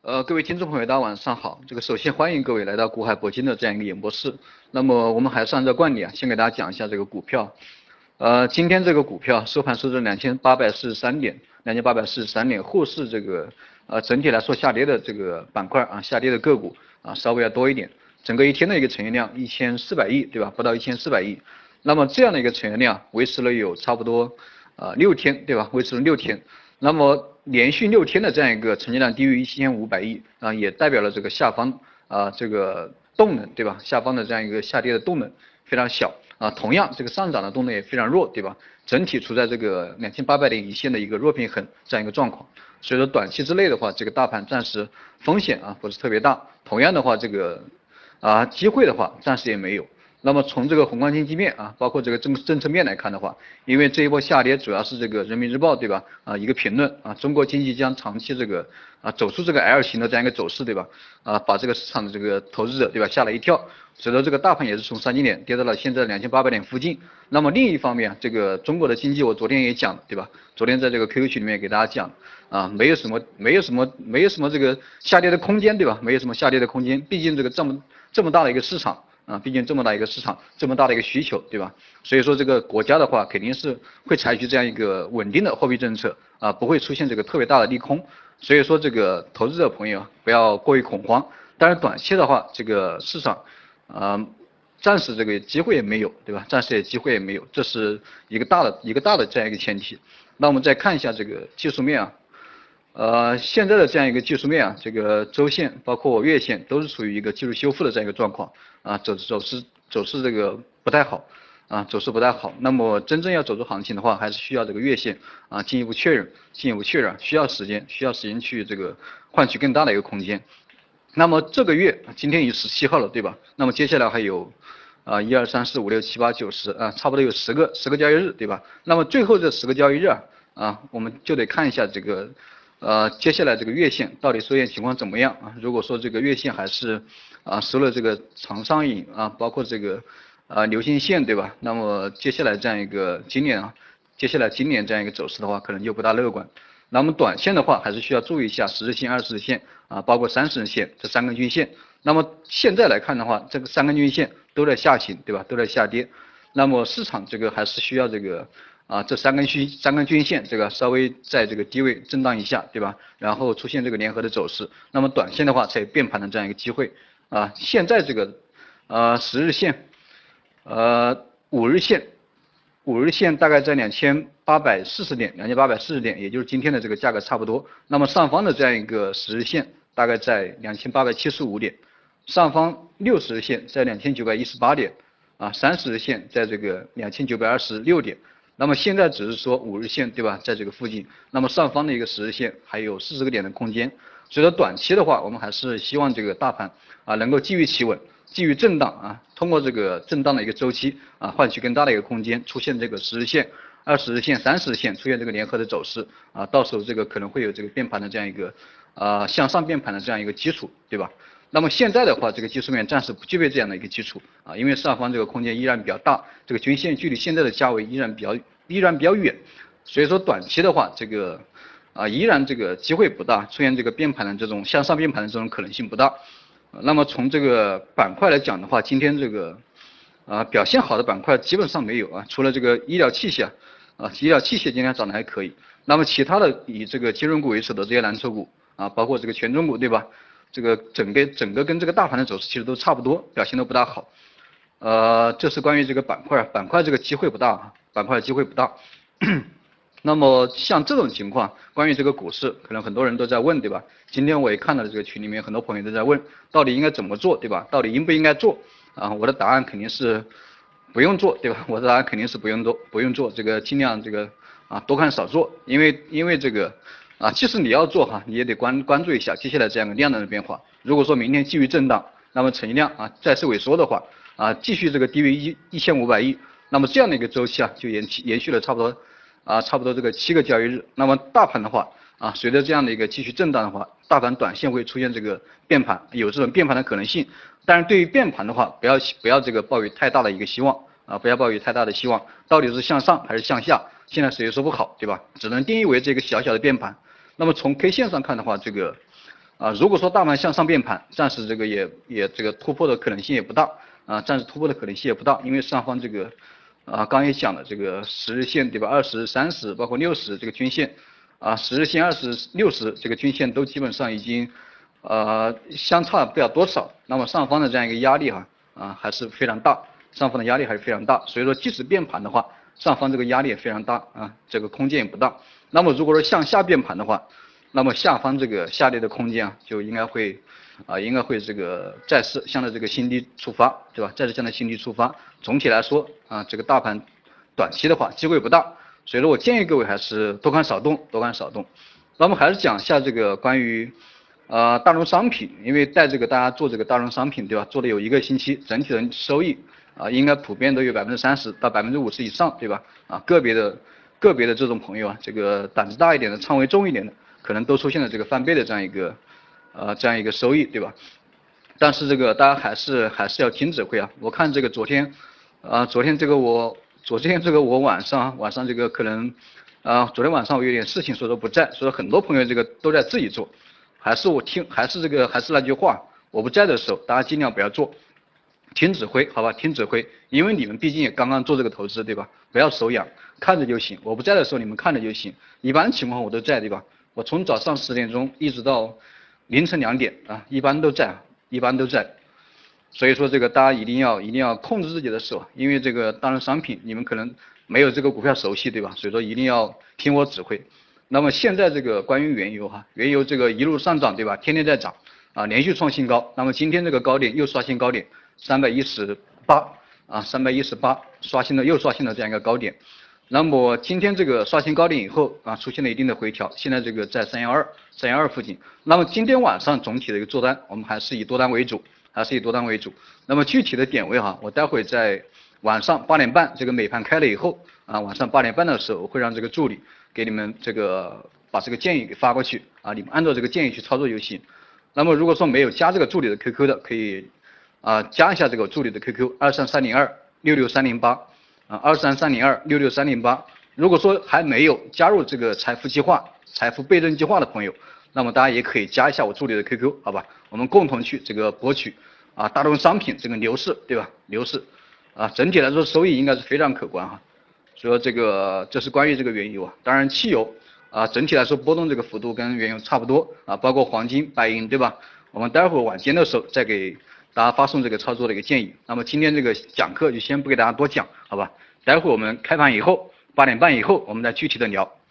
各位听众朋友，大家晚上好。首先欢迎各位来到股海铂金的这样一个演播室。那么我们还是按照惯例先给大家讲一下这个股票。今天这个股票收盘收在2843点，沪市整体来说下跌的这个板块下跌的个股稍微要多一点。整个一天的一个成交量1400亿，对吧？不到1400亿。那么这样的一个成交量维持了有差不多6天，对吧？维持了6天。那么连续6天的这样一个成交量低于1500亿也代表了这个下方这个动能，对吧？下方的这样一个下跌的动能非常小同样这个上涨的动能也非常弱，对吧？整体处在这个2800点一线的一个弱平衡这样一个状况，所以说短期之内的话，这个大盘暂时风险不是特别大，同样的话机会的话暂时也没有。那么从这个宏观经济面包括这个政策面来看的话，因为这一波下跌主要是这个人民日报对吧一个评论中国经济将长期走出这个 L 型的这样一个走势对吧把这个市场的这个投资者对吧吓了一跳，使得这个大盘也是从3000点跌到了现在2800点附近。那么另一方面这个中国的经济我昨天也讲了对吧，昨天在这个 QQ 群里面给大家讲没有什么这个下跌的空间对吧，没有什么下跌的空间，毕竟这么大的一个市场毕竟这么大一个市场，这么大的一个需求，对吧？所以说这个国家的话肯定是会采取这样一个稳定的货币政策不会出现这个特别大的利空。所以说这个投资者朋友不要过于恐慌。当然短期的话，这个市场暂时这个机会也没有，对吧？暂时也机会也没有，这是一个大的这样一个前提。那我们再看一下这个技术面现在的这样一个技术面这个周线包括月线都是处于一个技术修复的这样一个状况走势这个不太好走势不太好。那么真正要走出行情的话，还是需要这个月线进一步确认，需要时间去这个换取更大的一个空间。那么这个月今天已经17号了，对吧？那么接下来还有1、2、3、4、5、6、7、8、9、10差不多有十个交易日，对吧？那么最后这10个交易日我们就得看一下这个接下来这个月线到底收线情况怎么样如果说这个月线还是收了这个长上影包括这个流星线，对吧？那么接下来这样一个今年这样一个走势的话，可能就不大乐观。那么短线的话，还是需要注意一下10日线、20日线包括30日线这3根均线。那么现在来看的话，这个3根均线都在下行，对吧？都在下跌。那么市场这个还是需要这个这三根均线这个稍微在这个低位震荡一下，对吧？然后出现这个联合的走势，那么短线的话才有变盘的这样一个机会现在这个10日线5日线大概在2840点，也就是今天的这个价格差不多。那么上方的这样一个10日线大概在2875点，上方60日线在2918点30日线在这个2926点。那么现在只是说5日线对吧，在这个附近，那么上方的一个10日线还有40个点的空间。所以说短期的话，我们还是希望这个大盘能够基于企稳，基于震荡通过这个震荡的一个周期换取更大的一个空间，出现这个10日线、20日线、30日线出现这个联合的走势到时候这个可能会有这个变盘的这样一个向上变盘的这样一个基础，对吧？那么现在的话，这个技术面暂时不具备这样的一个基础因为上方这个空间依然比较大，这个均线距离现在的价位依然比较远，所以说短期的话，这个依然这个机会不大，出现这个变盘的这种向上变盘的这种可能性不大。那么从这个板块来讲的话，今天这个表现好的板块基本上没有除了这个医疗器械医疗器械今天涨得还可以。那么其他的以这个金融股为首的这些蓝筹股包括这个权重股，对吧？这个整个跟这个大盘的走势其实都差不多，表现都不大好。这是关于这个板块这个机会不大板块机会不大。那么像这种情况，关于这个股市，可能很多人都在问，对吧？今天我也看到这个群里面很多朋友都在问，到底应该怎么做，对吧？到底应不应该做我的答案肯定是不用做，对吧？我的答案肯定是不用做，这个尽量这个多看少做，因为这个即使你要做你也得关注一下接下来这样的量能的变化。如果说明天继续震荡，那么成交量再次萎缩的话继续这个低于1500亿，那么这样的一个周期就延续了差不多这个7个交易日。那么大盘的话随着这样的一个继续震荡的话，大盘短线会出现这个变盘，有这种变盘的可能性。但是对于变盘的话，不要这个抱有太大的一个希望不要抱有太大的希望，到底是向上还是向下，现在谁也说不好，对吧？只能定义为这个小小的变盘。那么从 K 线上看的话，这个如果说大盘向上变盘，暂时这个也这个突破的可能性也不大暂时突破的可能性也不大，因为上方这个刚也讲了这个10日线对吧，20、30包括60这个均线10日线、20、60这个均线都基本上已经相差不了多少，那么上方的这样一个压力还是非常大，上方的压力还是非常大，所以说即使变盘的话，上方这个压力也非常大这个空间也不大。那么如果说向下变盘的话，那么下方这个下跌的空间就应该会这个再次向着这个新低出发，对吧？再次向着新低出发。总体来说这个大盘短期的话机会不大，所以说我建议各位还是多看少动，多看少动。那么还是讲一下这个关于大宗商品，因为带这个大家做这个大宗商品，对吧？做了有1个星期，整体的收益应该普遍都有30%到50%以上，对吧？个别的这种朋友这个胆子大一点的，仓位重一点的，可能都出现了这个翻倍的这样一个收益，对吧？但是这个大家还是要听指挥我看这个昨天这个我晚上这个可能昨天晚上我有点事情，所以说不在，所以说很多朋友这个都在自己做，还是那句话，我不在的时候，大家尽量不要做，听指挥，好吧，听指挥，因为你们毕竟也刚刚做这个投资，对吧？不要手痒，看着就行。我不在的时候，你们看着就行。一般情况我都在，对吧？我从早上10点钟一直到凌晨2点一般都在，所以说这个大家一定要控制自己的手，因为这个大宗商品你们可能没有这个股票熟悉，对吧？所以说一定要听我指挥。那么现在这个关于原油原油这个一路上涨，对吧？天天在涨连续创新高。那么今天这个高点又刷新高点，318，318又刷新了这样一个高点。那么今天这个刷新高点以后出现了一定的回调，现在这个在312附近。那么今天晚上总体的一个做单，我们还是以多单为主。那么具体的点位我待会在晚上8点半这个美盘开了以后晚上8点半的时候，我会让这个助理给你们这个把这个建议给发过去你们按照这个建议去操作就行。那么如果说没有加这个助理的 QQ 的，可以加一下这个助理的 QQ 23302-66308，23302-66308。如果说还没有加入这个财富倍增计划的朋友，那么大家也可以加一下我助理的 QQ， 好吧？我们共同去这个博取大宗商品这个牛市，对吧？牛市整体来说收益应该是非常可观所以这是关于这个原油当然汽油整体来说波动这个幅度跟原油差不多包括黄金、白银，对吧？我们待会儿晚间的时候再给大家发送这个操作的一个建议。那么今天这个讲课就先不给大家多讲，好吧？待会儿我们开盘以后8点半以后我们再具体的聊。